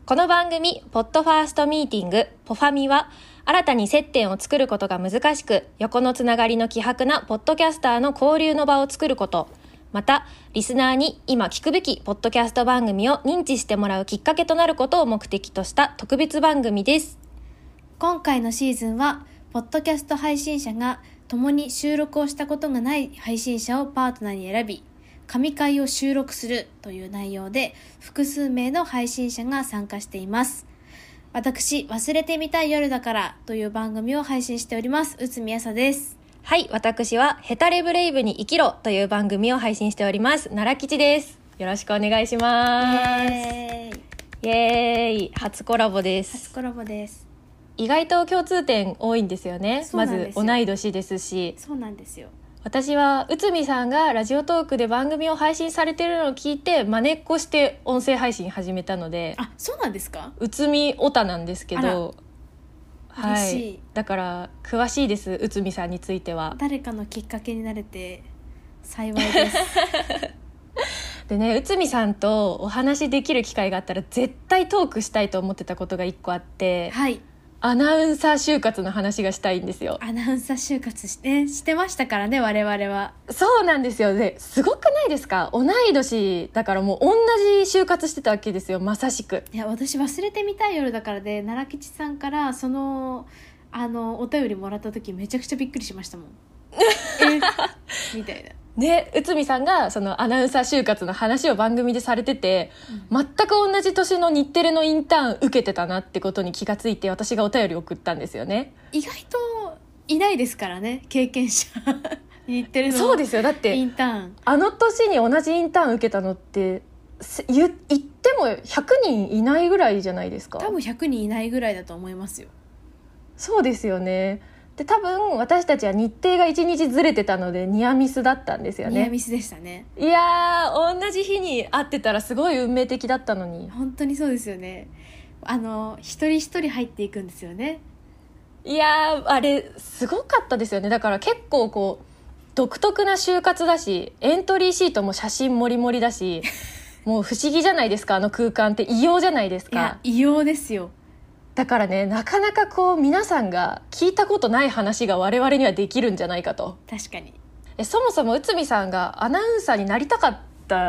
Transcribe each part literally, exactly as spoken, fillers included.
この番組ポッドファーストミーティングポファミは、新たに接点を作ることが難しく、横のつながりの希薄なポッドキャスターの交流の場を作ること、またリスナーに今聞くべきポッドキャスト番組を認知してもらうきっかけとなることを目的とした特別番組です。 今回のシーズンはポッドキャスト配信者が共に収録をしたことがない配信者をパートナーに選び、神回を収録するという内容で複数名の配信者が参加しています。私、忘れてみたい夜だからという番組を配信しております。内海あさです。 はい、私はヘタレブレイブに生きろという番組を配信しております奈良吉です。よろしくお願いします。 イエーイイエーイ、初コラボです。 初コラボです。 意外と共通点多いんですよね。まず同い年ですし。 そうなんですよ。 私は内海さんがラジオトークで番組を配信されているのを聞いて真似っこして音声配信始めたので、 あ、そうなんですか。 内海オタなんですけど、 嬉しい、 はい、だから詳しいです。内海さんについては誰かのきっかけになれて幸いですでね、内海さんとお話できる機会があったら絶対トークしたいと思ってたことが一個あって、 はい、 アナウンサー就活の話がしたいんですよ。 アナウンサー就活して、してましたからね、我々は。 そうなんですよ。ですごくないですか。同い年だからもう同じ就活してたわけですよ、まさしく。 いや、私忘れてみたい夜だからで奈良吉さんからそのあのお便りもらった時めちゃくちゃびっくりしましたもんえみたいなね、内海さんがそのアナウンサー就活の話を番組でされてて、うん、全く同じ年の日テレのインターン受けてたなってことに気がついて、私がお便り送ったんですよね。 意外といないですからね、経験者日テレのそうですよ。だってインターン、 あの年に同じインターン受けたのって言ってもひゃくにんいないぐらいじゃないですか。 多分ひゃくにんいないぐらいだと思いますよ。 そうですよね。で多分私たちは日程がいちにちずれてたのでニアミスだったんですよね。 ニアミスでしたね。 いやー、同じ日に会ってたらすごい運命的だったのに。 本当にそうですよね。あの一人一人入っていくんですよね。 いやー、あれすごかったですよね。だから結構こう独特な就活だし、エントリーシートも写真もりもりだしもう不思議じゃないですか。あの空間って異様じゃないですか。 いや、異様ですよ。 だからね、なかなかこう皆さんが聞いたことない話が我々にはできるんじゃないかと。 確かに。 えそもそも内海さんがアナウンサーになりたかった、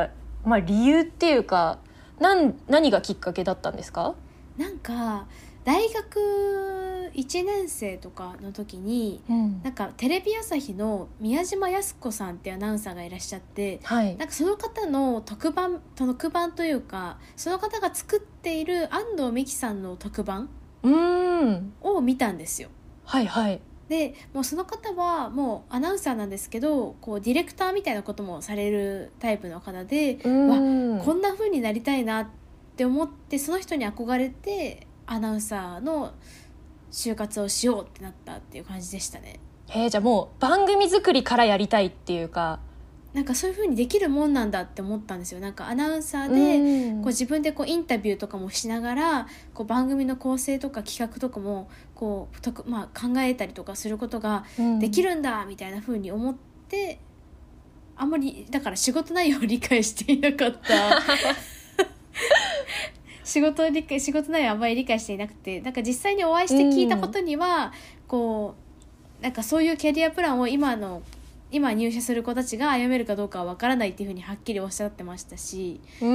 まあ、理由っていうか、なん何がきっかけだったんですか？ なんか大学いちねん生とかの時に、うん、なんかテレビ朝日の宮島靖子さんっていうアナウンサーがいらっしゃって、はい、なんかその方の特番特番というか、その方が作っている安藤美希さんの特番を見たんですよ。 はいはい。 でもうその方はもうアナウンサーなんですけど、こうディレクターみたいなこともされるタイプの方で、わ、こんな風になりたいなって思って、その人に憧れてアナウンサーの就活をしようってなったっていう感じでしたね。 へえ、じゃあもう番組作りからやりたいっていうか、 なんかそういう風にできるもんなんだって思ったんですよ。なんかアナウンサーでこう自分でこうインタビューとかもしながら、こう番組の構成とか企画とかもこうとく、まあ、考えたりとかすることができるんだみたいな風に思って、あんまりだから仕事内容を理解していなかった仕事を理解仕事内容あんまり理解していなくて、なんか実際にお会いして聞いたことには、うん、こうなんかそういうキャリアプランを今の今入社する子たちが歩めるかどうかは分からないっていうふうにはっきりおっしゃってましたし、うん、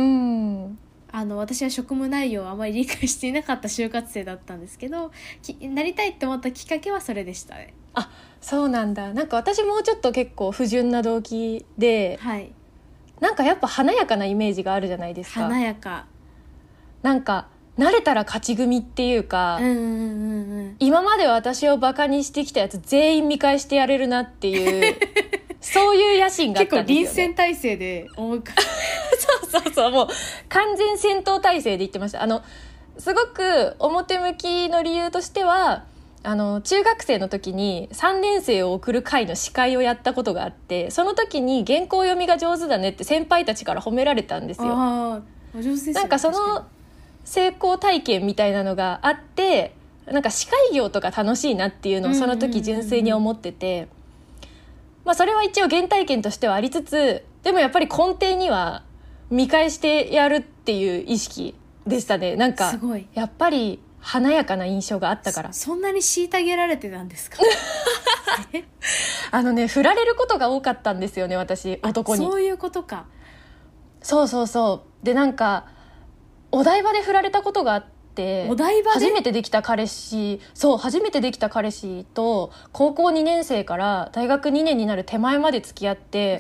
あの私は職務内容をあまり理解していなかった就活生だったんですけど、なりたいって思ったきっかけはそれでしたね。 あ、そうなんだ。なんか私もうちょっと結構不純な動機で、はい、なんかやっぱ華やかなイメージがあるじゃないですか。 華やか、 なんか慣れたら勝ち組っていうか、うんうんうんうん、今まで私をバカにしてきたやつ全員見返してやれるなっていうそういう野心があったんですよね。 結構臨戦態勢で思うかそうそうそう、もう完全戦闘態勢で言ってました。あのすごく表向きの理由としては、あの中学生の時にさんねん生を送る会の司会をやったことがあって、その時に原稿読みが上手だねって先輩たちから褒められたんですよ。 あ、お上手ですよね。 なんかその成功体験みたいなのがあって、なんか司会業とか楽しいなっていうのをその時純粋に思ってて、まあそれは一応原体験としてはありつつ、でもやっぱり根底には見返してやるっていう意識でしたね。なんかすごいやっぱり華やかな印象があったから。 そ, そんなに虐げられてたんですかあのね振られることが多かったんですよね、私男に。 そういうことか。 そうそうそうでなんかお台場で振られたことがあって、 お台場で初めてできた彼氏そう初めてできた彼氏と高校にねん生から大学にねんになる手前まで付き合って、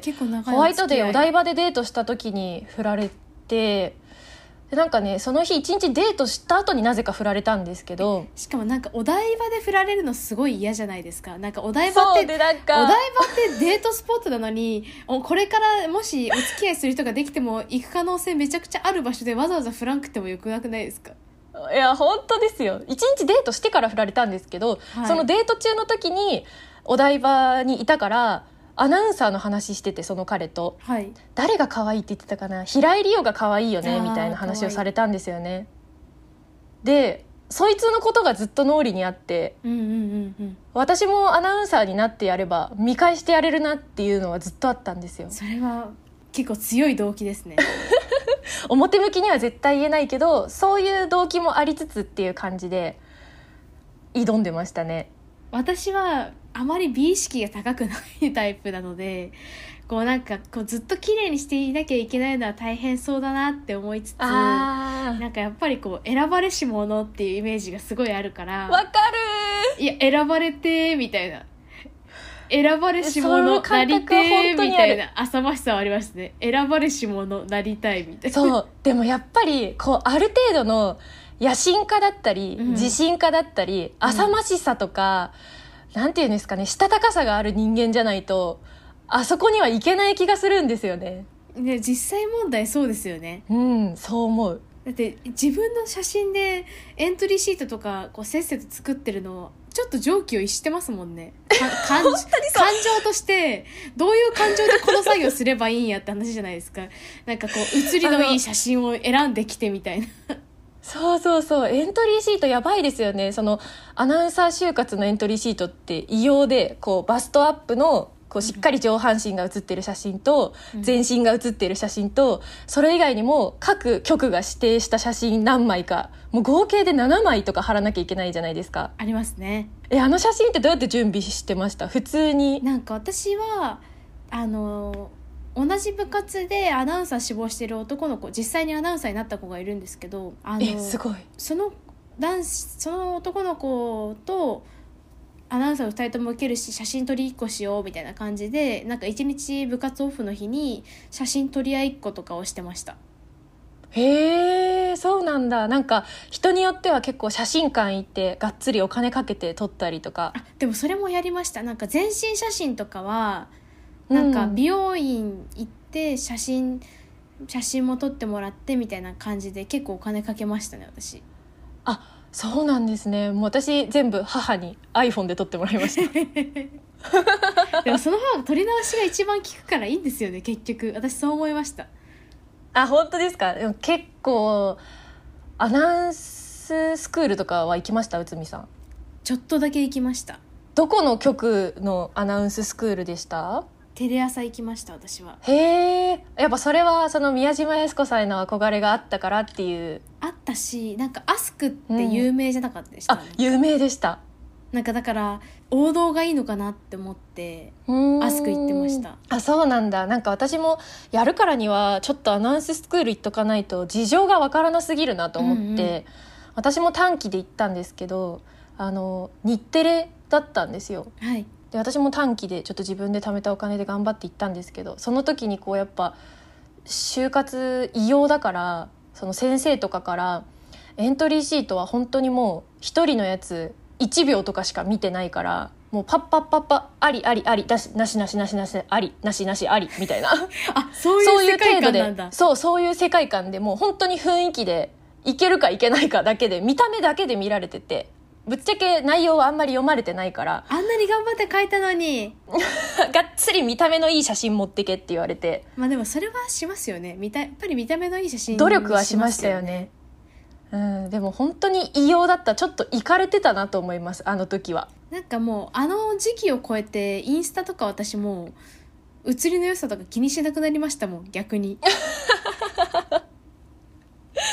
結構長いホワイトお付き合いデーお台場でデートした時に振られて、でなんかねその日一日デートした後になぜか振られたんですけど、 しかもなんかお台場で振られるのすごい嫌じゃないですか。なんかお台場ってそうでなんおか台場ってデートスポットなのにおこれからもしお付き合いする人ができても行く可能性めちゃくちゃある場所でわざわざ振らんくてもよくなくないですか。 いや本当ですよ。一日デートしてから振られたんですけど、 はいそのデート中の時にお台場にいたからアナウンサーの話してて、その彼とはい誰が可愛いって言ってたかな、平井理央が可愛いよねあーみたいな話をされたんですよね。でそいつのことがずっと脳裏にあって、 うんうんうんうん私もアナウンサーになってやれば見返してやれるなっていうのはずっとあったんですよ。 それは結構強い動機ですね表向きには絶対言えないけどそういう動機もありつつっていう感じで挑んでましたね。 私はあまり美意識が高くないタイプなので、こうなんかこうずっと綺麗にしていなきゃいけないのは大変そうだなって思いつつ、 あなんかやっぱりこう選ばれし者っていうイメージがすごいあるからーわかるいや選ばれてみたいな、選ばれしその者な感覚りて本当にあるみたいな浅ましさはありますね。選ばれし者なりたいみたいな。 そうでもやっぱりこうある程度の野心家だったり、 うん自信家だったり浅ましさとか、なんていうんですかね、したたかさがある人間じゃないとあそこにはいけない気がするんですよね。 ね、実際問題そうですよね。 うんそう思う。 だって自分の写真でエントリーシートとかこうせっせと作ってるのちょっと常軌を逸してますもんね。か感感情としてどういう感情でこの作業すればいいんやって話じゃないですか。なんかこう写りのいい写真を選んできてみたいなそうそうそうエントリーシートやばいですよね。そのアナウンサー就活のエントリーシートって異様で、こうバストアップのこうしっかり上半身が写ってる写真と、 うん全身が写ってる写真と、それ以外にも各局が指定した写真何枚か、もう合計でななまいとか貼らなきゃいけないじゃないですか。 ありますね。 えあの写真ってどうやって準備してました？普通に。 なんか私はあの同じ部活でアナウンサー志望してる男の子、実際にアナウンサーになった子がいるんですけど、あのえすごい。 その男子その男の子とアナウンサーをふたりとも受けるし写真撮りいっこしようみたいな感じで、なんかいちにち部活オフの日に写真撮り合いっことかをしてました。 へえそうなんだ。なんか人によっては結構写真館行ってがっつりお金かけて撮ったりとか。 あでもそれもやりました。なんか全身写真とかはなんか美容院行って写真写真も撮ってもらってみたいな感じで結構お金かけましたね私。 あそうなんですね。もう私全部母に iPhone で撮ってもらいましたでもその方が撮り直しが一番効くからいいんですよね結局。私そう思いました。 あ本当ですか？でも結構アナウンススクールとかは行きました？内海さんちょっとだけ行きました。 どこの局のアナウンススクールでした？ テレ朝行きました私は。 へえやっぱそれはその宮島靖子さんへの憧れがあったからっていう。 あったし、なんかアスクって有名じゃなかったでした、 あ有名でした。 なんかだから王道がいいのかなって思ってアスク行ってました。 あそうなんだ。なんか私もやるからにはちょっとアナウンススクール行っとかないと事情がわからなすぎるなと思って、うんうん、私も短期で行ったんですけど、あの日テレだったんですよ。 はいで私も短期でちょっと自分で貯めたお金で頑張って行ったんですけど、その時にこうやっぱ就活異様だから、その先生とかからエントリーシートは本当にもう一人のやついちびょうとかしか見てないから、もうパッパッパッパありありありだしなしなしなしなしありなしなしありみたいなあそういう世界観なんだ。 そうそういう世界観でもう本当に雰囲気でいけるかいけないかだけで見た目だけで見られてて、ぶっちゃけ内容はあんまり読まれてないから、 あんなに頑張って書いたのにがっつり見た目のいい写真持ってけって言われて。 まあでもそれはしますよね。見たやっぱり見た目のいい写真努力はしましたよね。うん、でも本当に異様だった。ちょっとイカれてたなと思いますあの時は。 なんかもうあの時期を超えてインスタとか私もう写りの良さとか気にしなくなりましたもん逆に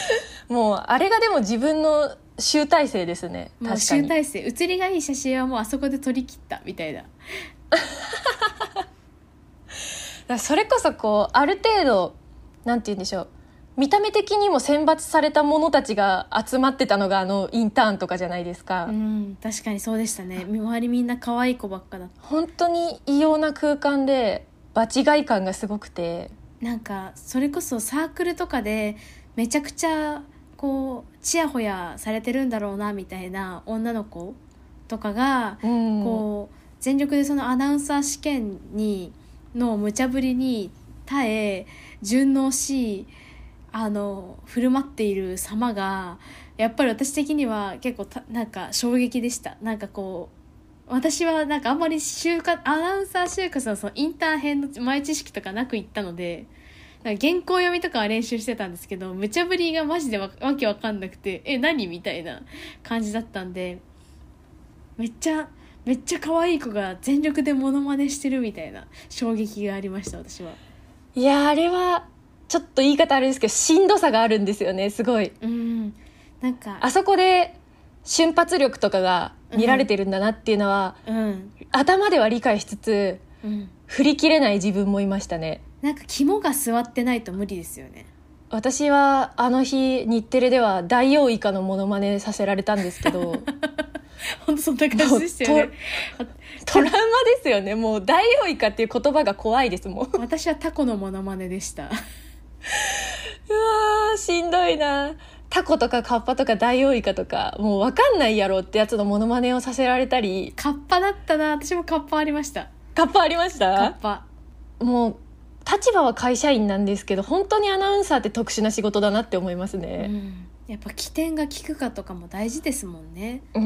もうあれがでも自分の集大成ですね。 もう確かに集大成、写りがいい写真はもうあそこで撮り切ったみたいな。 だからそれこそこうある程度なんて言うんでしょう、見た目的にも選抜された者たちが集まってたのがあのインターンとかじゃないですか、 うん、確かにそうでしたね。周りみんな可愛い子ばっかだった。 本当に異様な空間で場違い感がすごくて、 なんかそれこそサークルとかでめちゃくちゃこうチヤホヤされてるんだろうなみたいな女の子とかが、 うん、 こう全力でそのアナウンサー試験にの無茶ぶりに耐え順応し、あの振る舞っている様がやっぱり私的には結構たなんか衝撃でした。なんかこう私はなんかあんまり就活アナウンサー就活 の, そのインターン編の前知識とかなく行ったので、なんか原稿読みとかは練習してたんですけど、無茶ぶりがマジで わ, わけわかんなくて、え何みたいな感じだったんで、めっちゃめっちゃ可愛い子が全力でモノマネしてるみたいな衝撃がありました。私は。 いやあれはちょっと言い方あれですけどしんどさがあるんですよね。すごい、 うん、なんかあそこで瞬発力とかが見られてるんだなっていうのは、 うん、 頭では理解しつつ、 うん、 振り切れない自分もいましたね。 なんか肝が据わってないと無理ですよね。 私はあの日日テレではダイオウイカのモノマネさせられたんですけど本当そんな感じでしたよね。 トラウマですよね。もうダイオウイカっていう言葉が怖いですもん私はタコのモノマネでしたうわーしんどいな。タコとかカッパとかダイオウイカとかもう分かんないやろってやつのモノマネをさせられたり。 カッパだったな。私もカッパありました。 カッパありましカッた。 パもう立場は会社員なんですけど本当にアナウンサーって特殊な仕事だなって思いますね、 うん、やっぱ起点が効くかとかも大事ですもんね。 うん。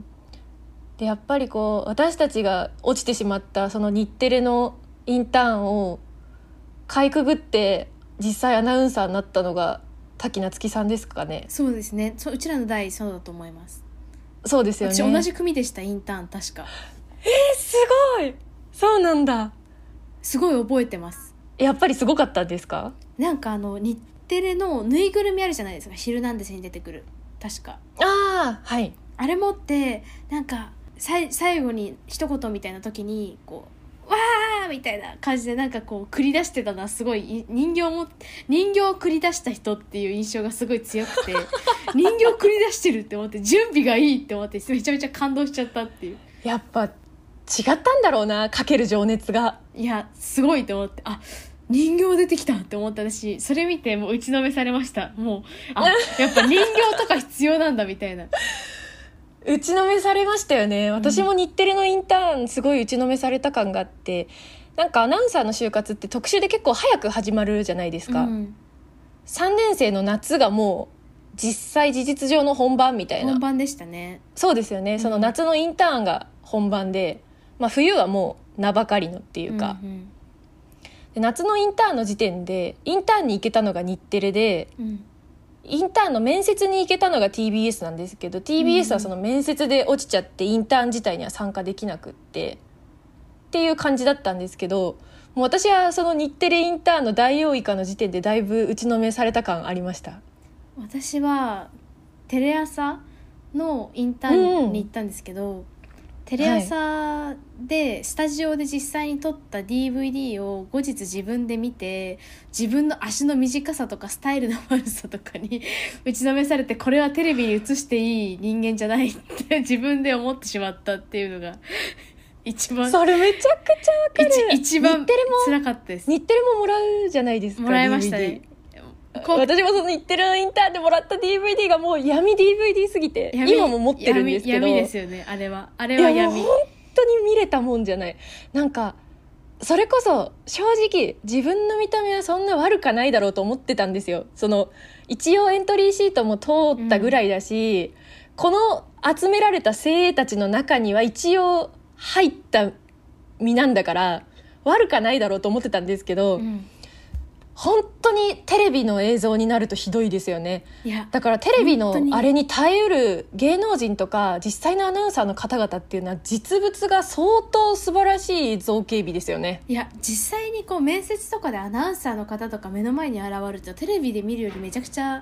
でやっぱりこう私たちが落ちてしまったその日テレのインターンをかいくぐって実際アナウンサーになったのが滝夏希さんですかね。 そうですね。そう、うちらの代そうだと思います。 そうですよね。 私同じ組でした。インターン確か。 えー、すごい。そうなんだ。 すごい覚えてます。 やっぱりすごかったんですか。 なんかあの日テレのぬいぐるみあるじゃないですか。ヒルナンデスに出てくる確か。 ああはい。 あれ持ってなんかさい最後に一言みたいな時にこうわーみたいな感じでなんかこう繰り出してたのはすごい人形も人形を繰り出した人っていう印象がすごい強くて人形を繰り出してるって思って準備がいいって思ってめちゃめちゃ感動しちゃったっていう。 やっぱ違ったんだろうな、かける情熱が。 いやすごいと思って、あ人形出てきたって思った私それ見てもう打ちのめされました。もうあやっぱ人形とか必要なんだみたいな打ちのめされましたよね。私も日テレのインターンすごい打ちのめされた感があって、なんかアナウンサーの就活って特集で結構早く始まるじゃないですか、うん、さんねん生の夏がもう実際事実上の本番みたいな。 本番でしたね。 そうですよね、うん、その夏のインターンが本番で、まあ、冬はもう名ばかりのっていうか、うんうん、で夏のインターンの時点でインターンに行けたのが日テレで、うん、インターンの面接に行けたのが ティービーエス なんですけど ティービーエス はその面接で落ちちゃってインターン自体には参加できなくってっていう感じだったんですけど、もう私はその日テレインターンのダイオウイカの時点でだいぶ打ちのめされた感ありました。 私はテレ朝のインターンに行ったんですけど、うん、テレ朝でスタジオで実際に撮った ディーブイディー を後日自分で見て自分の足の短さとかスタイルの悪さとかに打ちのめされて、これはテレビに映していい人間じゃないって自分で思ってしまったっていうのが一番それめちゃくちゃわかる。 一番辛かったです。 日テレももらうじゃないですか。 もらいましたね。 私もその日テレのインターンでもらった ディーブイディー がもう闇 ディーブイディー すぎて今も持ってるんですけど、 闇ですよね。あれはあれは闇。 いやもう本当に見れたもんじゃない。なんかそれこそ正直自分の見た目はそんな悪かないだろうと思ってたんですよ。その一応エントリーシートも通ったぐらいだし、うん、この集められた精鋭たちの中には一応入った身なんだから悪かないだろうと思ってたんですけど、うん、本当にテレビの映像になるとひどいですよね。いやだからテレビのあれに耐えうる芸能人とか実際のアナウンサーの方々っていうのは実物が相当素晴らしい造形美ですよね。 いや実際にこう面接とかでアナウンサーの方とか目の前に現るとテレビで見るよりめちゃくちゃ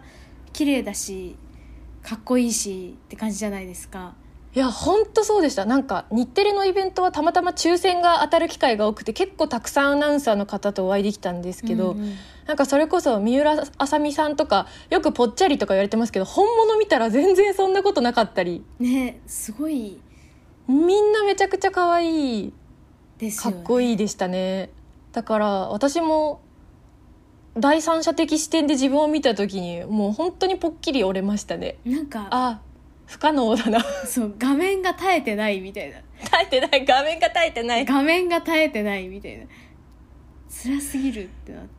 綺麗だしかっこいいしって感じじゃないですか。 いや本当そうでした。なんか日テレのイベントはたまたま抽選が当たる機会が多くて結構たくさんアナウンサーの方とお会いできたんですけど、 うんうん、 なんかそれこそ三浦あさみさんとかよくぽっちゃりとか言われてますけど本物見たら全然そんなことなかったりね、すごいみんなめちゃくちゃ可愛いですよね。 かっこいいでしたね。だから私も第三者的視点で自分を見た時にもう本当にポッキリ折れましたね。 なんかあ不可能だなそう画面が耐えてないみたいな耐えてない画面が耐えてない画面が耐えてないみたいな辛すぎるってなって、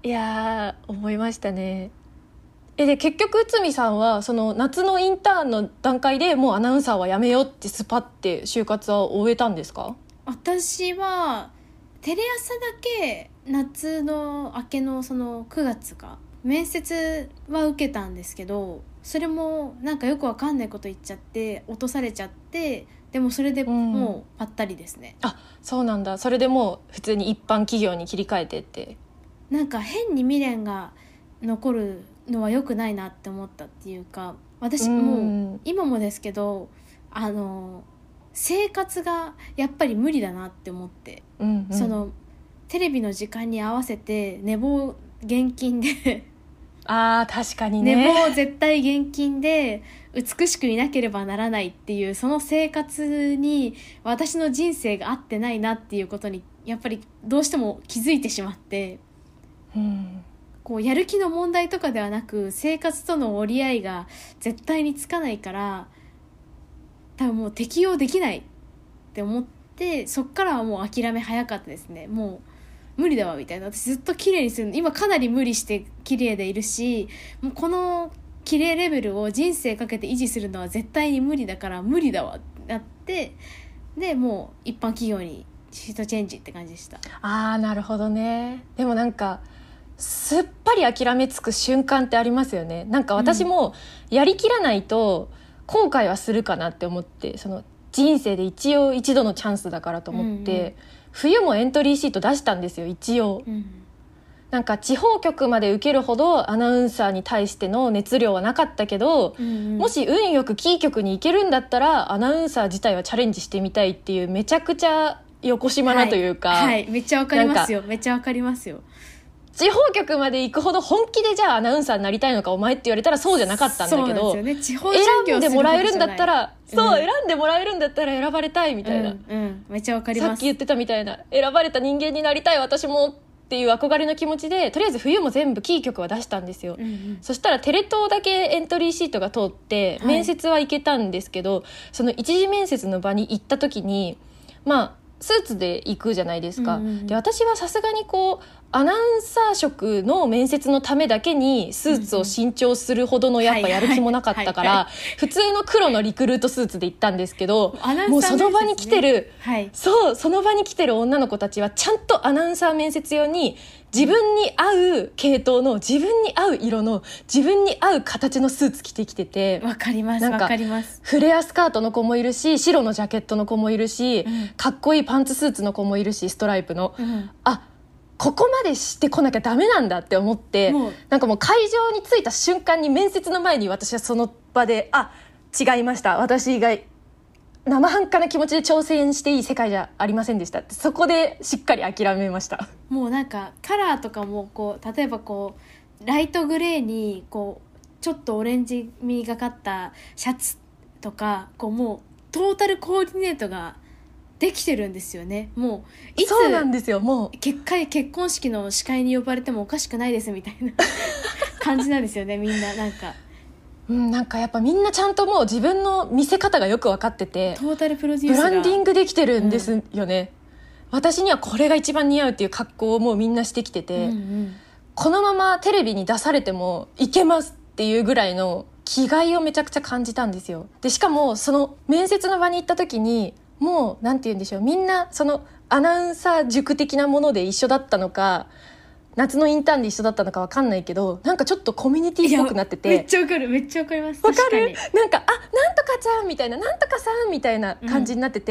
いやー思いましたね。えで結局内海さんはその夏のインターンの段階でもうアナウンサーはやめようってスパッて就活は終えたんですか？ 私はテレ朝だけ夏の明けのそのくがつか面接は受けたんですけど、それもなんかよくわかんないこと言っちゃって落とされちゃって、でもそれでもうぱったりですね、 うん、あそうなんだ。それでもう普通に一般企業に切り替えてって、 なんか変に未練が残るのは良くないなって思ったっていうか、私もう今もですけどあの生活がやっぱり無理だなって思って、 うんうん、 そのテレビの時間に合わせて寝坊厳禁であー確かにね、 寝坊絶対厳禁で美しくいなければならないっていうその生活に私の人生が合ってないなっていうことにやっぱりどうしても気づいてしまって、 うん、 こうやる気の問題とかではなく生活との折り合いが絶対につかないから多分もう適用できないって思って、そっからはもう諦め早かったですね。もう無理だわみたいな。私ずっと綺麗にするの今かなり無理して綺麗でいるし、もうこの綺麗レベルを人生かけて維持するのは絶対に無理だから無理だわってなって、でもう一般企業にシフトチェンジって感じでした。 あーなるほどね。でもなんかすっぱり諦めつく瞬間ってありますよね。なんか私もやりきらないと後悔はするかなって思って、その人生で一応一度のチャンスだからと思って、うんうん、冬もエントリーシート出したんですよ一応、うん、なんか地方局まで受けるほどアナウンサーに対しての熱量はなかったけど、うんうん、もし運よくキー局に行けるんだったらアナウンサー自体はチャレンジしてみたいっていうめちゃくちゃ横島なというか、 はい、はい、めっちゃわかりますよめっちゃわかりますよ。 地方局まで行くほど本気でじゃあアナウンサーになりたいのかお前って言われたらそうじゃなかったんだけど、 ね、地方選んでもらえるんだったら、 うん、 そう選んでもらえるんだったら選ばれたいみたいな、 うんうん、めっちゃわかります。 さっき言ってたみたいな選ばれた人間になりたい私もっていう憧れの気持ちでとりあえず冬も全部キー局は出したんですよ、うんうん、そしたらテレ東だけエントリーシートが通って面接は行けたんですけど、はい、その一次面接の場に行った時にまあスーツで行くじゃないですか、うんうん、で私はさすがにこうアナウンサー職の面接のためだけにスーツを新調するほどのやっぱやる気もなかったから普通の黒のリクルートスーツで行ったんですけど、もうその場に来てる、はい、そうその場に来てる女の子たちはちゃんとアナウンサー面接用に自分に合う系統の自分に合う色の自分に合う形のスーツ着てきてて、 わかりますわかります。 フレアスカートの子もいるし白のジャケットの子もいるし、うん、かっこいいパンツスーツの子もいるしストライプの、うん、あここまでしてこなきゃダメなんだって思って、もうなんかもう会場に着いた瞬間に面接の前に私はその場であ違いました私以外生半可な気持ちで挑戦していい世界じゃありませんでしたってそこでしっかり諦めました。 もうなんかカラーとかもこう例えばこうライトグレーにこうちょっとオレンジみがかったシャツとかこうもうトータルコーディネートができてるんですよね。もういつそうなんですよ。もう結会結婚式の司会に呼ばれてもおかしくないですみたいな感じなんですよねみんななんか、 うん、なんかやっぱみんなちゃんともう自分の見せ方がよく分かっててトータルプロデュースがブランディングできてるんですよね、うん、私にはこれが一番似合うっていう格好をもうみんなしてきてて、うんうん、このままテレビに出されてもいけますっていうぐらいの気概をめちゃくちゃ感じたんですよ。でしかもその面接の場に行った時にもうなんて言うんでしょう、みんなそのアナウンサー塾的なもので一緒だったのか夏のインターンで一緒だったのか分かんないけどなんかちょっとコミュニティっぽくなっててめっちゃわかるめっちゃわかります。 わかるなんかあなんとかちゃんみたいななんとかさんみたいな感じになってて、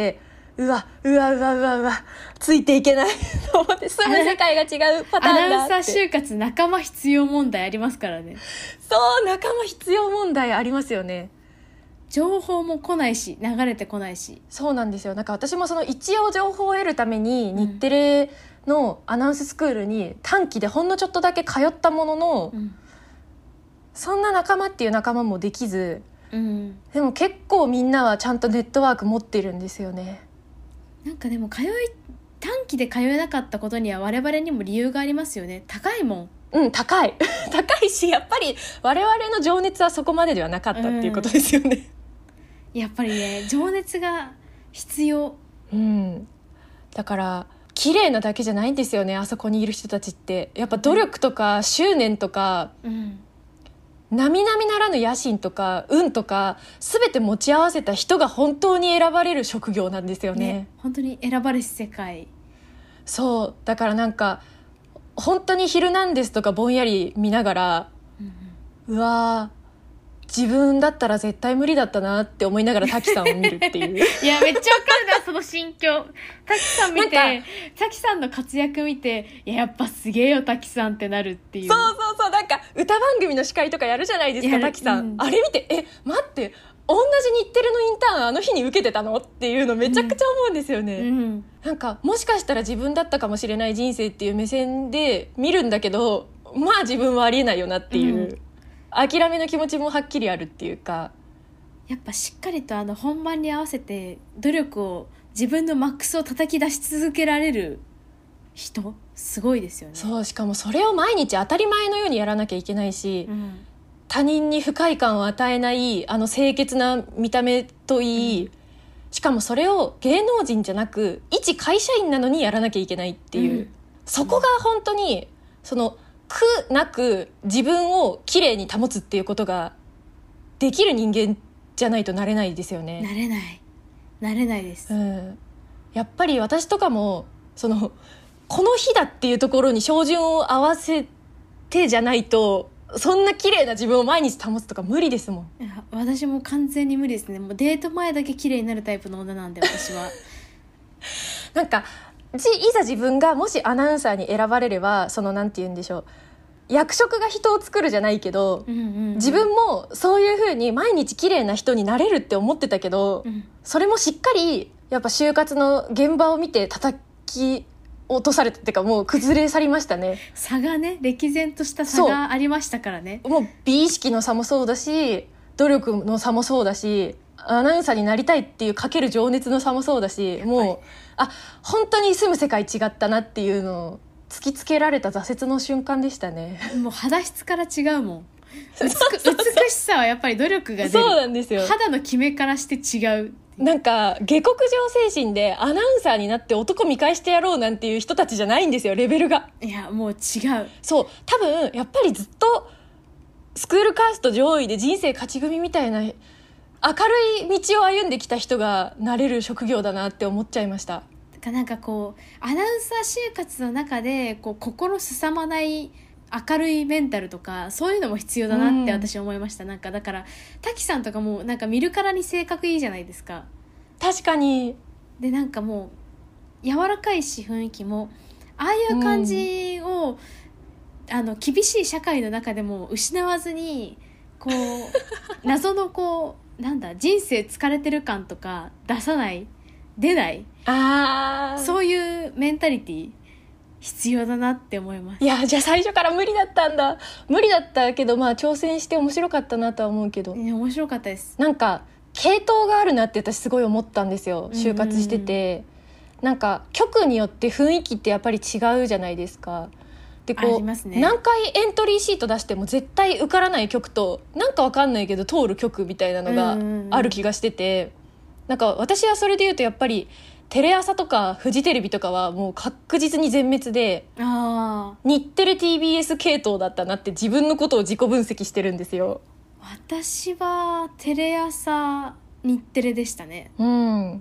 うわうわうわうわうわついていけないと思って住む世界が違うパターンだって。 アナウンサー就活仲間必要問題ありますからね。 そう仲間必要問題ありますよね。 情報も来ないし流れてこないし。 そうなんですよ。なんか私もその一応情報を得るために日テレのアナウンススクールに短期でほんのちょっとだけ通ったものの、うん、そんな仲間っていう仲間もできず、うん、でも結構みんなはちゃんとネットワーク持ってるんですよね。 なんかでも通い短期で通えなかったことには我々にも理由がありますよね。高いもん。 うん高い高いしやっぱり我々の情熱はそこまでではなかったっていうことですよね、 うん、やっぱりね情熱が必要。うんだから綺麗なだけじゃないんですよねあそこにいる人たちって。やっぱ努力とか執念とか、うん、並々ならぬ野心とか運とか全て持ち合わせた人が本当に選ばれる職業なんですよ ね, ね本当に選ばれし世界。 そうだからなんか本当にヒルナンデスとかぼんやり見ながら、うんうん、うわー自分だったら絶対無理だったなって思いながら滝さんを見るっていういやめっちゃわかるなその心境。滝さん見て滝さんの活躍見ていややっぱすげえよ滝さんってなるっていう。 そうそうそうなんか歌番組の司会とかやるじゃないですか滝さん、うん、あれ見てえ待って同じ日テレのインターンあの日に受けてたのっていうのめちゃくちゃ思うんですよね、うんうん、なんかもしかしたら自分だったかもしれない人生っていう目線で見るんだけどまあ自分はありえないよなっていう、うん諦めの気持ちもはっきりあるっていうかやっぱしっかりとあの本番に合わせて努力を自分のマックスを叩き出し続けられる人すごいですよね。 そうしかもそれを毎日当たり前のようにやらなきゃいけないし、うん、他人に不快感を与えないあの清潔な見た目といい、うん、しかもそれを芸能人じゃなく一会社員なのにやらなきゃいけないっていう、うん、そこが本当にその苦なく自分をきれいに保つっていうことができる人間じゃないとなれないですよね。 なれないなれないです、 うん、やっぱり私とかもそのこの日だっていうところに照準を合わせてじゃないとそんな綺麗な自分を毎日保つとか無理ですもん。 いや私も完全に無理ですね。もうデート前だけ綺麗になるタイプの女なんで私はなんかいざ自分がもしアナウンサーに選ばれればそのなんて言うんでしょう役職が人を作るじゃないけど、うんうんうん、自分もそういう風に毎日綺麗な人になれるって思ってたけど、うん、それもしっかりやっぱ就活の現場を見て叩き落とされたっていうかもう崩れ去りましたね。 差がね歴然とした差がありましたからね。 もう美意識の差もそうだし努力の差もそうだしアナウンサーになりたいっていうかける情熱の差もそうだしもうあ本当に住む世界違ったなっていうのを突きつけられた挫折の瞬間でしたね。 もう肌質から違うもん美しさはやっぱり努力が出る。 そうなんですよ。 肌の決めからして違う。 なんか下克上精神でアナウンサーになって男見返してやろうなんていう人たちじゃないんですよレベルが。 いやもう違う。 そう多分やっぱりずっとスクールカースト上位で人生勝ち組みたいな明るい道を歩んできた人がなれる職業だなって思っちゃいました。 なんかこうアナウンサー就活の中でこう心すさまない明るいメンタルとかそういうのも必要だなって私思いました、うん、なんかだから滝さんとかもなんか見るからに性格いいじゃないですか。 確かに。 でなんかもう柔らかいし雰囲気もああいう感じを、うん、あの厳しい社会の中でも失わずにこう謎のこうなんだ人生疲れてる感とか出さない出ないあそういうメンタリティ必要だなって思います。 いやじゃあ最初から無理だったんだ。無理だったけどまあ挑戦して面白かったなとは思うけど、 いや面白かったです。 なんか系統があるなって私すごい思ったんですよ就活してて。なんか局によって雰囲気ってやっぱり違うじゃないですか。でこう、ね、何回エントリーシート出しても絶対受からない局となんか分かんないけど通る局みたいなのがある気がしてて、なんか私はそれで言うとやっぱりテレ朝とかフジテレビとかはもう確実に全滅で、あ日テレ ティービーエス 系統だったなって自分のことを自己分析してるんですよ。 私はテレ朝日テレでしたね、うん、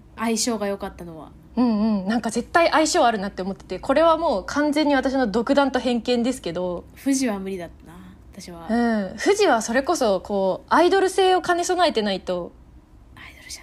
相性が良かったのは。 うんうん、なんか絶対相性あるなって思ってて、これはもう完全に私の独断と偏見ですけど、 富士は無理だったな私は、 うん、富士はそれこそこうアイドル性を兼ね備えてないと。 アイドルじゃない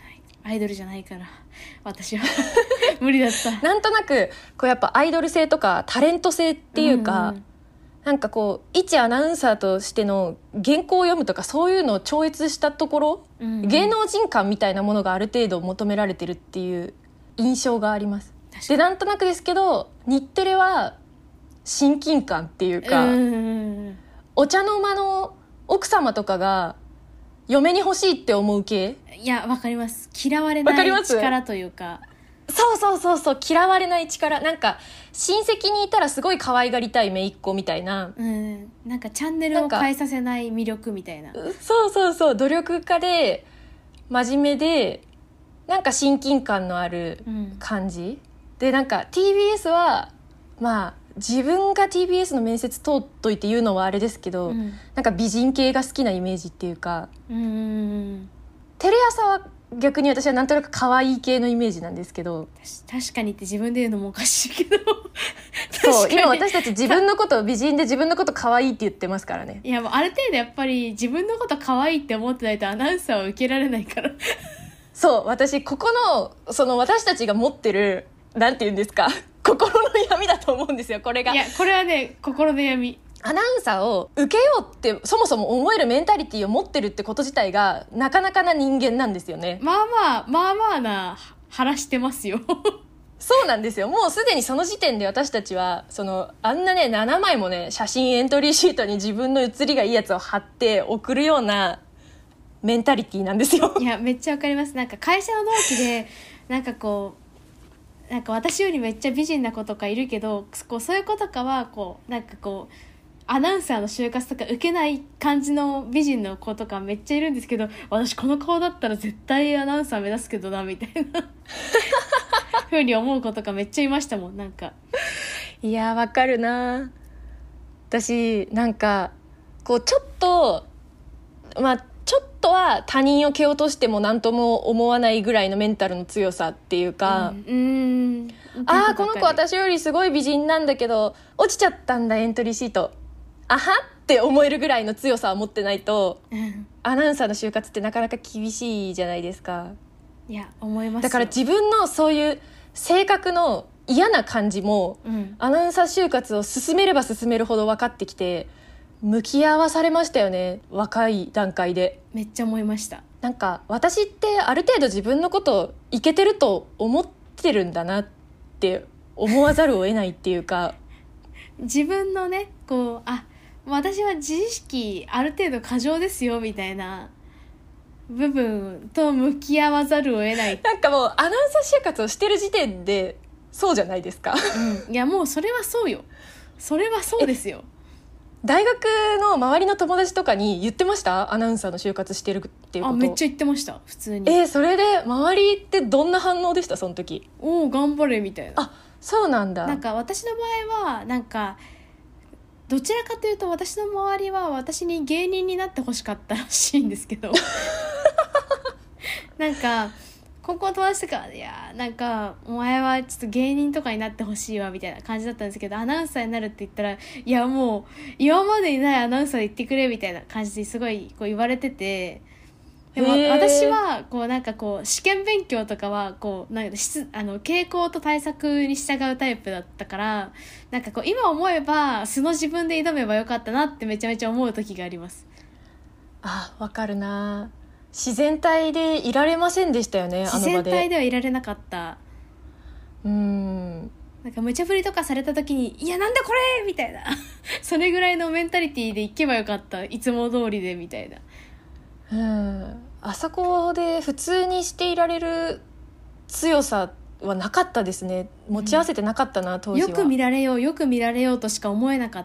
アイドルじゃないから私は無理だった。 なんとなくこうやっぱアイドル性とかタレント性っていうか、うんうん、なんかこう一アナウンサーとしての原稿を読むとかそういうのを超越したところ、うんうん、芸能人感みたいなものがある程度求められてるっていう印象があります。でなんとなくですけど日テレは親近感っていうか、うんうんうん、お茶の間の奥様とかが嫁に欲しいって思う系。 いやわかります。嫌われない力というか、 そうそうそうそう、嫌われない力。なんか親戚にいたらすごい可愛がりたい姪っ子みたいな、 うん、なんかチャンネルを変えさせない魅力みたいな。 そうそうそう、努力家で真面目でなんか親近感のある感じ、うん、でなんか ティービーエス はまあ自分が ティービーエス の面接通っといて言うのはあれですけど、うん、なんか美人系が好きなイメージっていうか、うん、テレ朝は逆に私はなんとなく可愛い系のイメージなんですけど。 確かにって自分で言うのもおかしいけどそう今私たち自分のことを美人で自分のこと可愛いって言ってますからね。 いやもうある程度やっぱり自分のこと可愛いって思ってないとアナウンサーは受けられないからそう私ここのその私たちが持ってるなんて言うんですか心の闇だと思うんですよこれが。 いやこれはね心の闇。 アナウンサーを受けようってそもそも思えるメンタリティを持ってるってこと自体がなかなかな人間なんですよね。 まあまあまあまあな腹してますよそうなんですよ。もうすでにその時点で私たちはそのあんなねななまいもね写真エントリーシートに自分の写りがいいやつを貼って送るようなメンタリティなんですよ。 いやめっちゃわかります。なんか会社の同期でなんかこうなんか私よりめっちゃ美人な子とかいるけどこうそういう子とかはこうなんかこうアナウンサーの就活とか受けない感じの美人の子とかめっちゃいるんですけど、私この顔だったら絶対アナウンサー目指すけどなみたいなふうに思う子とかめっちゃいましたもん。なんかいやわかるな。私なんかこうちょっとまあちょっとは他人を蹴落としても何とも思わないぐらいのメンタルの強さっていうか、うん、うーんああこの子私よりすごい美人なんだけど落ちちゃったんだエントリーシートあはって思えるぐらいの強さを持ってないと、うん、アナウンサーの就活ってなかなか厳しいじゃないですか。 いや思いますよ。 だから自分のそういう性格の嫌な感じも、うん、アナウンサー就活を進めれば進めるほど分かってきて向き合わされましたよね。若い段階でめっちゃ思いました。 なんか私ってある程度自分のことをイケてると思ってるんだなって思わざるを得ないっていうか自分のねこうあ私は自意識ある程度過剰ですよみたいな部分と向き合わざるを得ない。 なんかもうアナウンサー就活をしてる時点でそうじゃないですか、 うん、いやもうそれはそうよ。それはそうですよ。 大学の周りの友達とかに言ってました？アナウンサーの就活してるっていうこと。 あめっちゃ言ってました普通に。 えー、それで周りってどんな反応でしたその時？ おお頑張れみたいな。 あそうなんだ。 なんか私の場合はなんかどちらかというと私の周りは私に芸人になってほしかったらしいんですけどなんか高校の友達とかいやなんかお前はちょっと芸人とかになってほしいわみたいな感じだったんですけどアナウンサーになるって言ったらいやもう今までにないアナウンサーで言ってくれみたいな感じですごいこう言われてて、でも私はこうなんかこう試験勉強とかはこうなんかあの傾向と対策に従うタイプだったからなんかこう今思えば素の自分で挑めばよかったなってめちゃめちゃ思う時があります。 あわかるな。自然体でいられませんでしたよね。 自然体ではいられなかった。 うーんなんか無茶ぶりとかされた時にいやなんだこれみたいなそれぐらいのメンタリティでいけばよかったいつも通りでみたいな。 うんあそこで普通にしていられる強さはなかったですね。持ち合わせてなかったな、うん、当時は。 よく見られようよく見られようとしか思えなかった。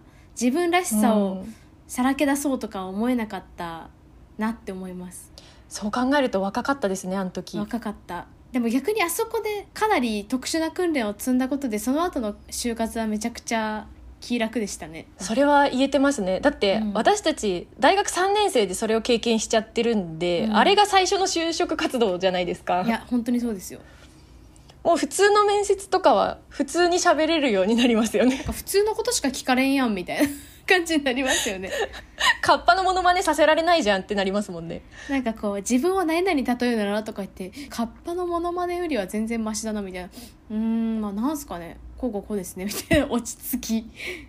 自分らしさをさらけ出そうとか思えなかったなって思います。 そう考えると若かったですねあの時。 若かった。でも逆にあそこでかなり特殊な訓練を積んだことでその後の就活はめちゃくちゃ気楽でしたね。 それは言えてますね。だって、うん、私たち大学さんねん生でそれを経験しちゃってるんで、うん、あれが最初の就職活動じゃないですか。 いや本当にそうですよ。 もう普通の面接とかは普通に喋れるようになりますよね。 なんか普通のことしか聞かれんやんみたいな感じになりますよね。 カッパのモノマネさせられないじゃんってなりますもんね。 なんかこう自分を何々に例えるならとか言ってカッパのモノマネよりは全然マシだなみたいな、うーんまあなんすかね、こうこうこうですねみたいな落ち着き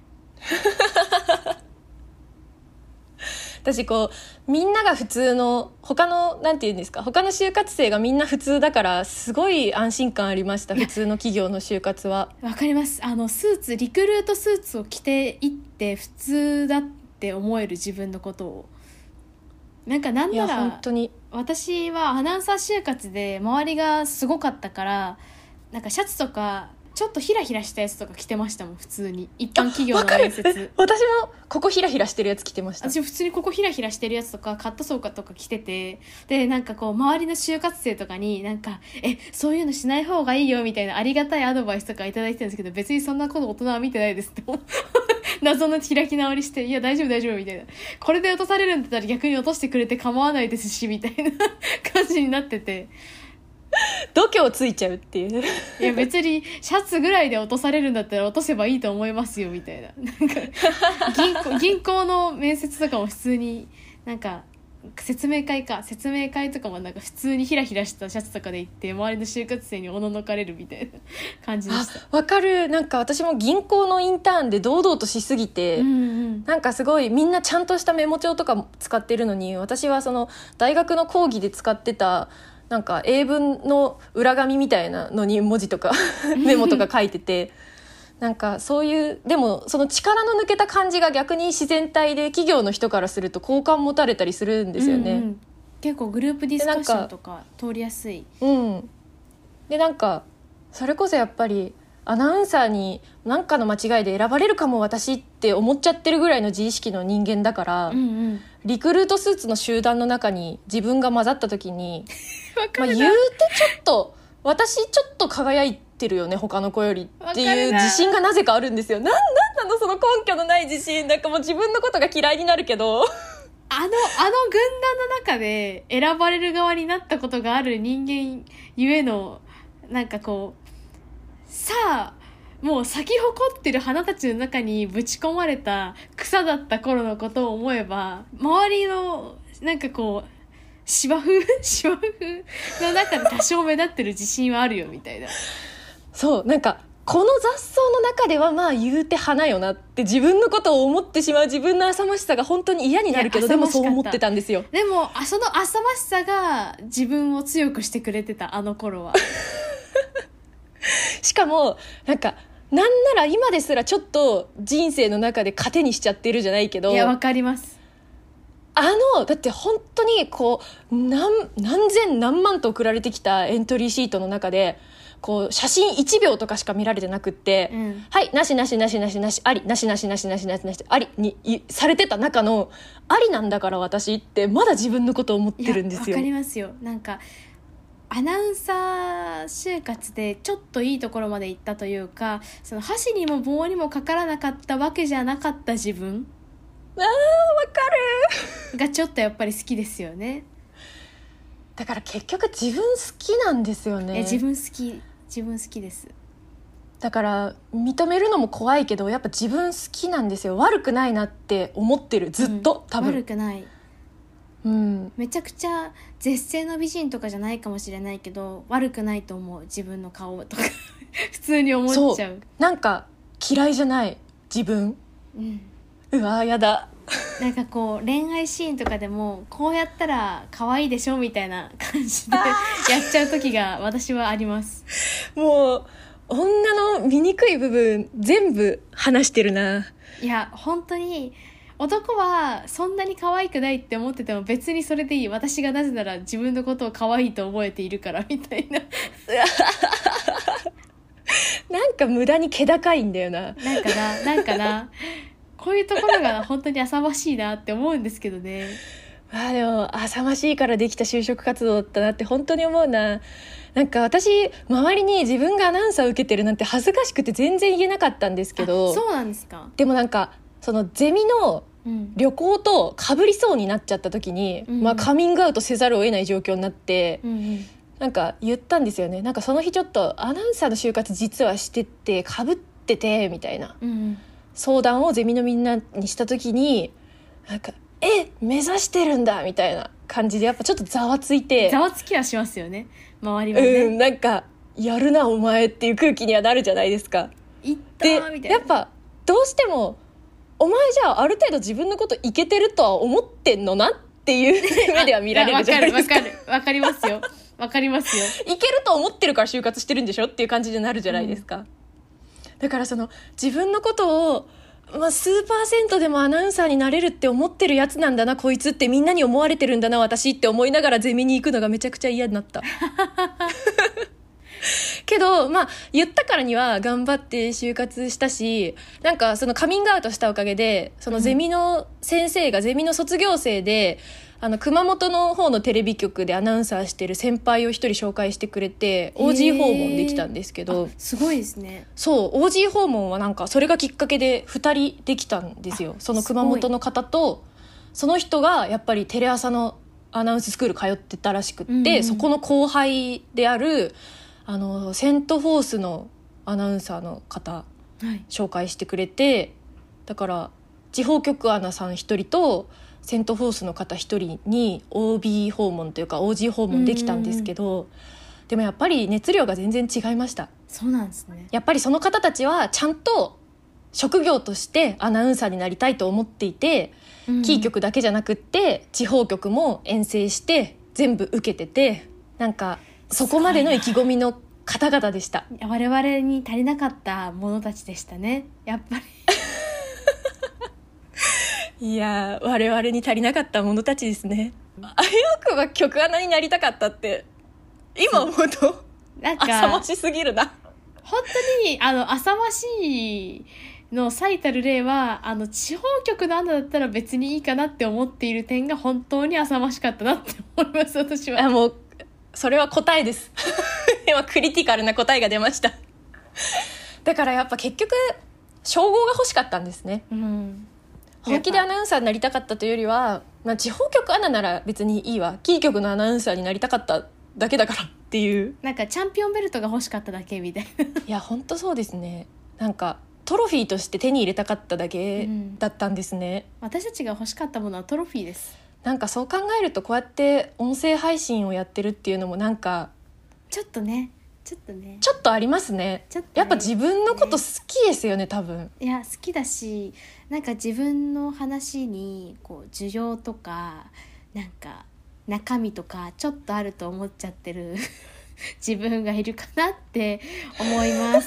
私こうみんなが普通の他のなんて言うんですか、他の就活生がみんな普通だからすごい安心感ありました。普通の企業の就活はわかります。あのスーツリクルートスーツを着ていって普通だって思える自分のことを、なんかなんいやなら本当に私はアナウンサー就活で周りがすごかったから、なんかシャツとかちょっとヒラヒラしたやつとか着てましたもん。普通に一般企業の面接。 私もここヒラヒラしてるやつ着てました。 私普通にここヒラヒラしてるやつとかカットソーとか着てて、でなんかこう周りの就活生とかになんかえそういうのしない方がいいよみたいなありがたいアドバイスとかいただいてたんですけど、別にそんなこと大人は見てないですって謎の開き直りして、いや大丈夫大丈夫みたいな、これで落とされるんだったら逆に落としてくれて構わないですしみたいな感じになってて、 度胸ついちゃうっていう。 いや別にシャツぐらいで落とされるんだったら落とせばいいと思いますよみたいな、なんか銀行、銀行の面接とかも普通になんか説明会か説明会とかもなんか普通にヒラヒラしたシャツとかで行って周りの就活生におののかれるみたいな感じでした。 わかる。なんか私も銀行のインターンで堂々としすぎて、 うんうん、 なんかすごいみんなちゃんとしたメモ帳とかも使ってるのに、私はその大学の講義で使ってたなんか英文の裏紙みたいなのに文字とかメモとか書いててなんかそういうでもその力の抜けた感じが逆に自然体で企業の人からすると好感持たれたりするんですよね、 うんうん、結構グループディスカッションとか通りやすい。 うんでなんかそれこそやっぱりアナウンサーに何かの間違いで選ばれるかも私って思っちゃってるぐらいの自意識の人間だから、 うんうん、 リクルートスーツの集団の中に自分が混ざった時にまあ、 言うてちょっと私ちょっと輝いてるよね他の子よりっていう自信がなぜかあるんですよ。なんなんなのその根拠のない自信。なんかもう自分のことが嫌いになるけどあのあの軍団の中で選ばれる側になったことがある人間ゆえのなんかこうさあもう咲き誇ってる花たちの中にぶち込まれた草だった頃のことを思えば、周りのなんかこう芝生芝生の中で多少目立ってる自信はあるよみたいな。 そうなんかこの雑草の中ではまあ言うて花よなって自分のことを思ってしまう自分の浅ましさが本当に嫌になるけど、でもそう思ってたんですよ。 でもあその浅ましさが自分を強くしてくれてたあの頃はしかもなんかなんなら今ですらちょっと人生の中で糧にしちゃってるじゃないけど、 いやわかります。 あのだって本当にこう 何, 何千何万と送られてきたエントリーシートの中でこう写真いちびょうとかしか見られてなくって、 うん、 はいなしなしなしなしなしありなしなしなしなしなしなしありにされてた中のありなんだから私ってまだ自分のことを思ってるんですよ。 わかりますよ。なんかアナウンサー就活でちょっといいところまで行ったというか、その箸にも棒にもかからなかったわけじゃなかった自分あーわかるがちょっとやっぱり好きですよね。 だから結局自分好きなんですよね。 え自分好き自分好きです。 だから認めるのも怖いけどやっぱ自分好きなんですよ。悪くないなって思ってるずっと、うん、多分悪くない、 うん、 めちゃくちゃ絶世の美人とかじゃないかもしれないけど悪くないと思う自分の顔とか普通に思っちゃう。 そうなんか嫌いじゃない自分、うん、うわーやだなんかこう恋愛シーンとかでもこうやったら可愛いでしょみたいな感じでやっちゃう時が私はあります。 もう女の醜い部分全部話してるな。 いや本当に男はそんなに可愛くないって思ってても別にそれでいい、私がなぜなら自分のことを可愛いと思えているからみたいななんか無駄に気高いんだよな。 なんかななんかなこういうところが本当に浅ましいなって思うんですけどね。 ああでも浅ましいからできた就職活動だったなって本当に思うな。なんか私周りに自分がアナウンサーを受けてるなんて恥ずかしくて全然言えなかったんですけど。 そうなんですか。 でもなんかそのゼミの旅行と被りそうになっちゃった時に、うんまあ、カミングアウトせざるを得ない状況になって、うんうん、なんか言ったんですよね。なんかその日ちょっとアナウンサーの就活実はしてて被っててみたいな、うんうん、 相談をゼミのみんなにした時になんかえ目指してるんだみたいな感じでやっぱちょっとざわついて、 ざわつきはしますよね周りはね。 うんなんかやるなお前っていう空気にはなるじゃないですか。 いったでーみたいな。 やっぱどうしてもお前じゃあある程度自分のこといけてるとは思ってんのなっていう目では見られるじゃないですか。 わかるわかるわかりますよわかりますよ。 いけると思ってるから就活してるんでしょっていう感じになるじゃないですか、うん、だからその自分のことを、まあ、数パーセントでもアナウンサーになれるって思ってるやつなんだなこいつってみんなに思われてるんだな私って思いながらゼミに行くのがめちゃくちゃ嫌になったけどまあ言ったからには頑張って就活したし、なんかそのカミングアウトしたおかげでそのゼミの先生がゼミの卒業生で、あの熊本の方のテレビ局でアナウンサーしてる先輩を一人紹介してくれて オージー 訪問できたんですけど、 すごいですね。 そう オージー 訪問はなんかそれがきっかけでふたりできたんですよ。その熊本の方とその人がやっぱりテレ朝のアナウンススクール通ってたらしくって、うんうん、そこの後輩であるあのセントフォースのアナウンサーの方、はい、紹介してくれて、だから地方局アナさんひとりとセントフォースの方ひとりに オービー 訪問というか オージー 訪問できたんですけど、でもやっぱり熱量が全然違いました。 そうなんですね。 やっぱりその方たちはちゃんと職業としてアナウンサーになりたいと思っていて、うん、キー局だけじゃなくって地方局も遠征して全部受けてて、なんかそこまでの意気込みの方々でした。 我々に足りなかった者たちでしたねやっぱりいや我々に足りなかった者たちですね。あやくは局アナになりたかったって今思うとなんか浅ましすぎるな。 本当にあの浅ましいの最たる例はあの地方局のアナだったら別にいいかなって思っている点が本当に浅ましかったなって思います私は。 あもうそれは答えです今クリティカルな答えが出ましただからやっぱ結局称号が欲しかったんですね、うん、本気でアナウンサーになりたかったというよりは、まあ、地方局アナなら別にいいわ、キー局のアナウンサーになりたかっただけだからっていう、 なんかチャンピオンベルトが欲しかっただけみたいないや本当そうですね。なんかトロフィーとして手に入れたかっただけだったんですね、 うん、私たちが欲しかったものはトロフィーです。 なんかそう考えるとこうやって音声配信をやってるっていうのもなんかちょっとねちょっとねちょっとありますね。 ちょっとねやっぱ自分のこと好きですよね多分。 いや好きだし、なんか自分の話にこう需要とかなんか中身とかちょっとあると思っちゃってる自分がいるかなって思います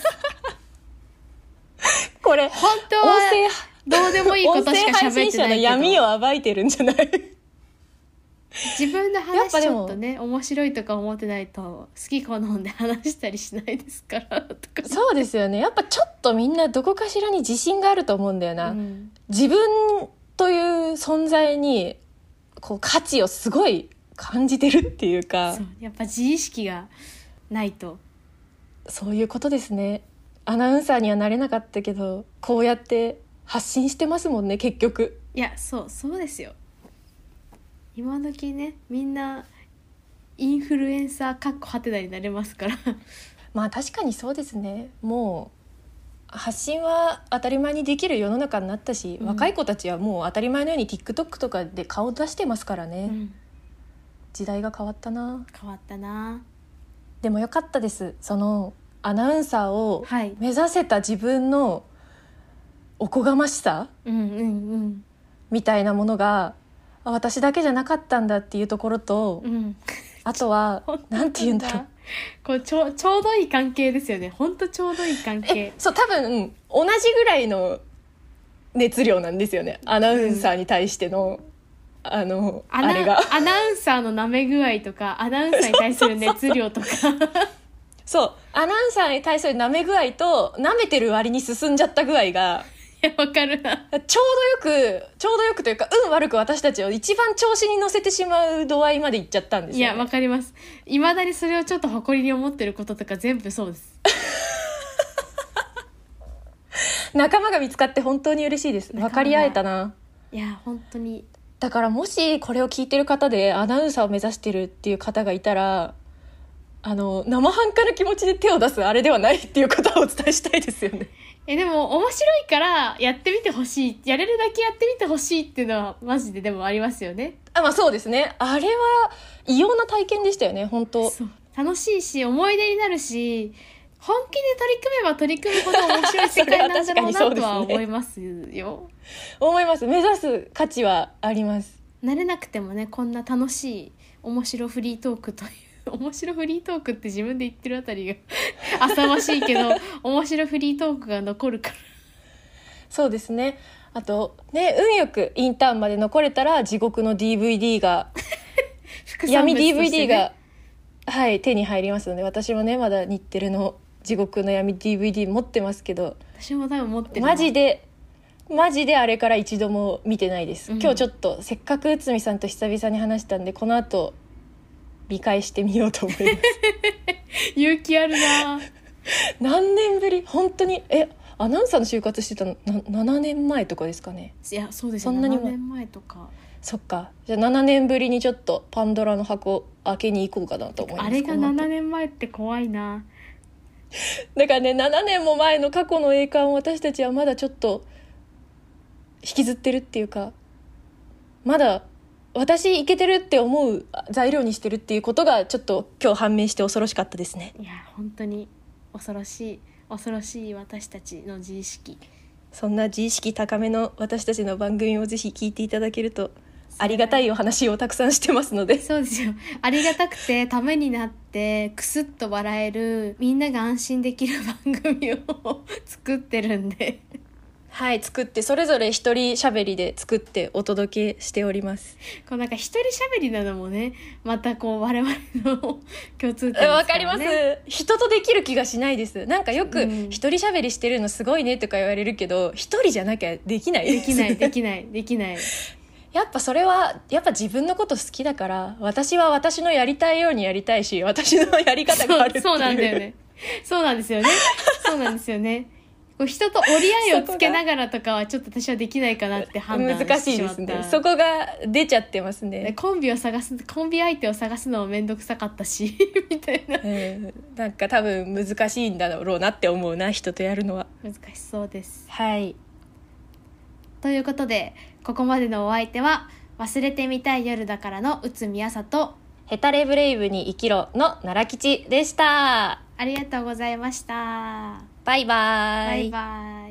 これ本当はどうでもいいことしか喋ってないけど音声配信者の闇を暴いてるんじゃない自分の話ちょっとね面白いとか思ってないと好き好んで話したりしないですからとか。 そうですよね。やっぱちょっとみんなどこかしらに自信があると思うんだよな、うん、自分という存在にこう価値をすごい感じてるっていうか、 そうやっぱ自意識がないと。 そういうことですね。アナウンサーにはなれなかったけどこうやって発信してますもんね結局。 いやそうそうですよ。今時ねみんなインフルエンサーかっこはてなになれますからまあ確かにそうですね。もう発信は当たり前にできる世の中になったし、うん、若い子たちはもう当たり前のように TikTok とかで顔出してますからね、うん、時代が変わったな。 変わったな。 でもよかったです。そのアナウンサーを目指せた自分のおこがましさ、うんうんうん、みたいなものが私だけじゃなかったんだっていうところと、うん、あとはなんて言うんだろうこうちょ、ちょうどいい関係ですよね。ほんとちょうどいい関係。 そう多分同じぐらいの熱量なんですよねアナウンサーに対しての、うん、あのあれがアナウンサーの舐め具合とかアナウンサーに対する熱量とかそうアナウンサーに対する舐め具合と舐めてる割に進んじゃった具合がわかるな。 ちょうどよくちょうどよくというか運悪く私たちを一番調子に乗せてしまう度合いまでいっちゃったんですよ、ね、 いやわかります。いまだにそれをちょっと誇りに思ってることとか全部そうです仲間が見つかって本当に嬉しいです。分かり合えたな。 いや本当にだからもしこれを聞いてる方でアナウンサーを目指してるっていう方がいたらあの生半可な気持ちで手を出すあれではないっていうことをお伝えしたいですよね。 えでも面白いからやってみてほしい、やれるだけやってみてほしいっていうのはマジででもありますよね。 あ、まあそうですね。あれは異様な体験でしたよね、本当。 そう楽しいし思い出になるし、本気で取り組めば取り組むほど面白い世界なんだろうなとは思いますよ。 思います。目指す価値はあります。 慣れなくてもね、こんな楽しい面白フリートークという面白フリートークって自分で言ってるあたりが浅ましいけど面白フリートークが残るからそうですね。あとね、運よくインターンまで残れたら地獄の ディーブイディー が闇 ディーブイディー が、はい手に入りますので、私もねまだ日テレの地獄の闇 ディーブイディー 持ってますけど、 私も多分持ってるマジでマジであれから一度も見てないです、 うん、 今日ちょっとせっかく内海さんと久々に話したんで、この後見返してみようと思います勇気あるな。 何年ぶり、本当にえアナウンサーの就活してたのななねんまえとかですかね。 いやそうですよ、 そんなにもななねんまえとか。 そっか、じゃあななねんぶりにちょっとパンドラの箱開けに行こうかなと思います。 あれがこの後ななねんまえって怖いな。 だからね、ななねんも前の過去の栄冠を私たちはまだちょっと引きずってるっていうか、まだ私イケてるって思う材料にしてるっていうことがちょっと今日判明して恐ろしかったですね。 いや本当に恐ろしい恐ろしい私たちの自意識。 そんな自意識高めの私たちの番組をぜひ聞いていただけるとありがたいお話をたくさんしてますので。 そうですよ、ありがたくてためになってクスッと笑える、みんなが安心できる番組を作ってるんではい、作ってそれぞれ一人喋りで作ってお届けしております。 こうなんか一人喋りなのもね、またこう我々の共通点ですからね。 わかります。人とできる気がしないです。なんかよく一人喋りしてるのすごいねとか言われるけど、一人じゃなきゃできないです。 できないできないできないやっぱそれはやっぱ自分のこと好きだから、私は私のやりたいようにやりたいし、私のやり方があるっていう。 そう、そうなんだよね。そうなんですよね。そうなんですよね。こう人と折り合いをつけながらとかはちょっと私はできないかなって判断してしまった。 難しいですね。そこが出ちゃってますね。 コンビを探すコンビ相手を探すのもめんどくさかったしみたいな、 うん、なんか多分難しいんだろうなって思うな、人とやるのは。 難しそうです。 はい。 ということでここまでのお相手は忘れてみたい夜だからの内海朝とヘタレブレイブに生きろの奈良吉でした。 ありがとうございました。 バイバイ。 バイバイ。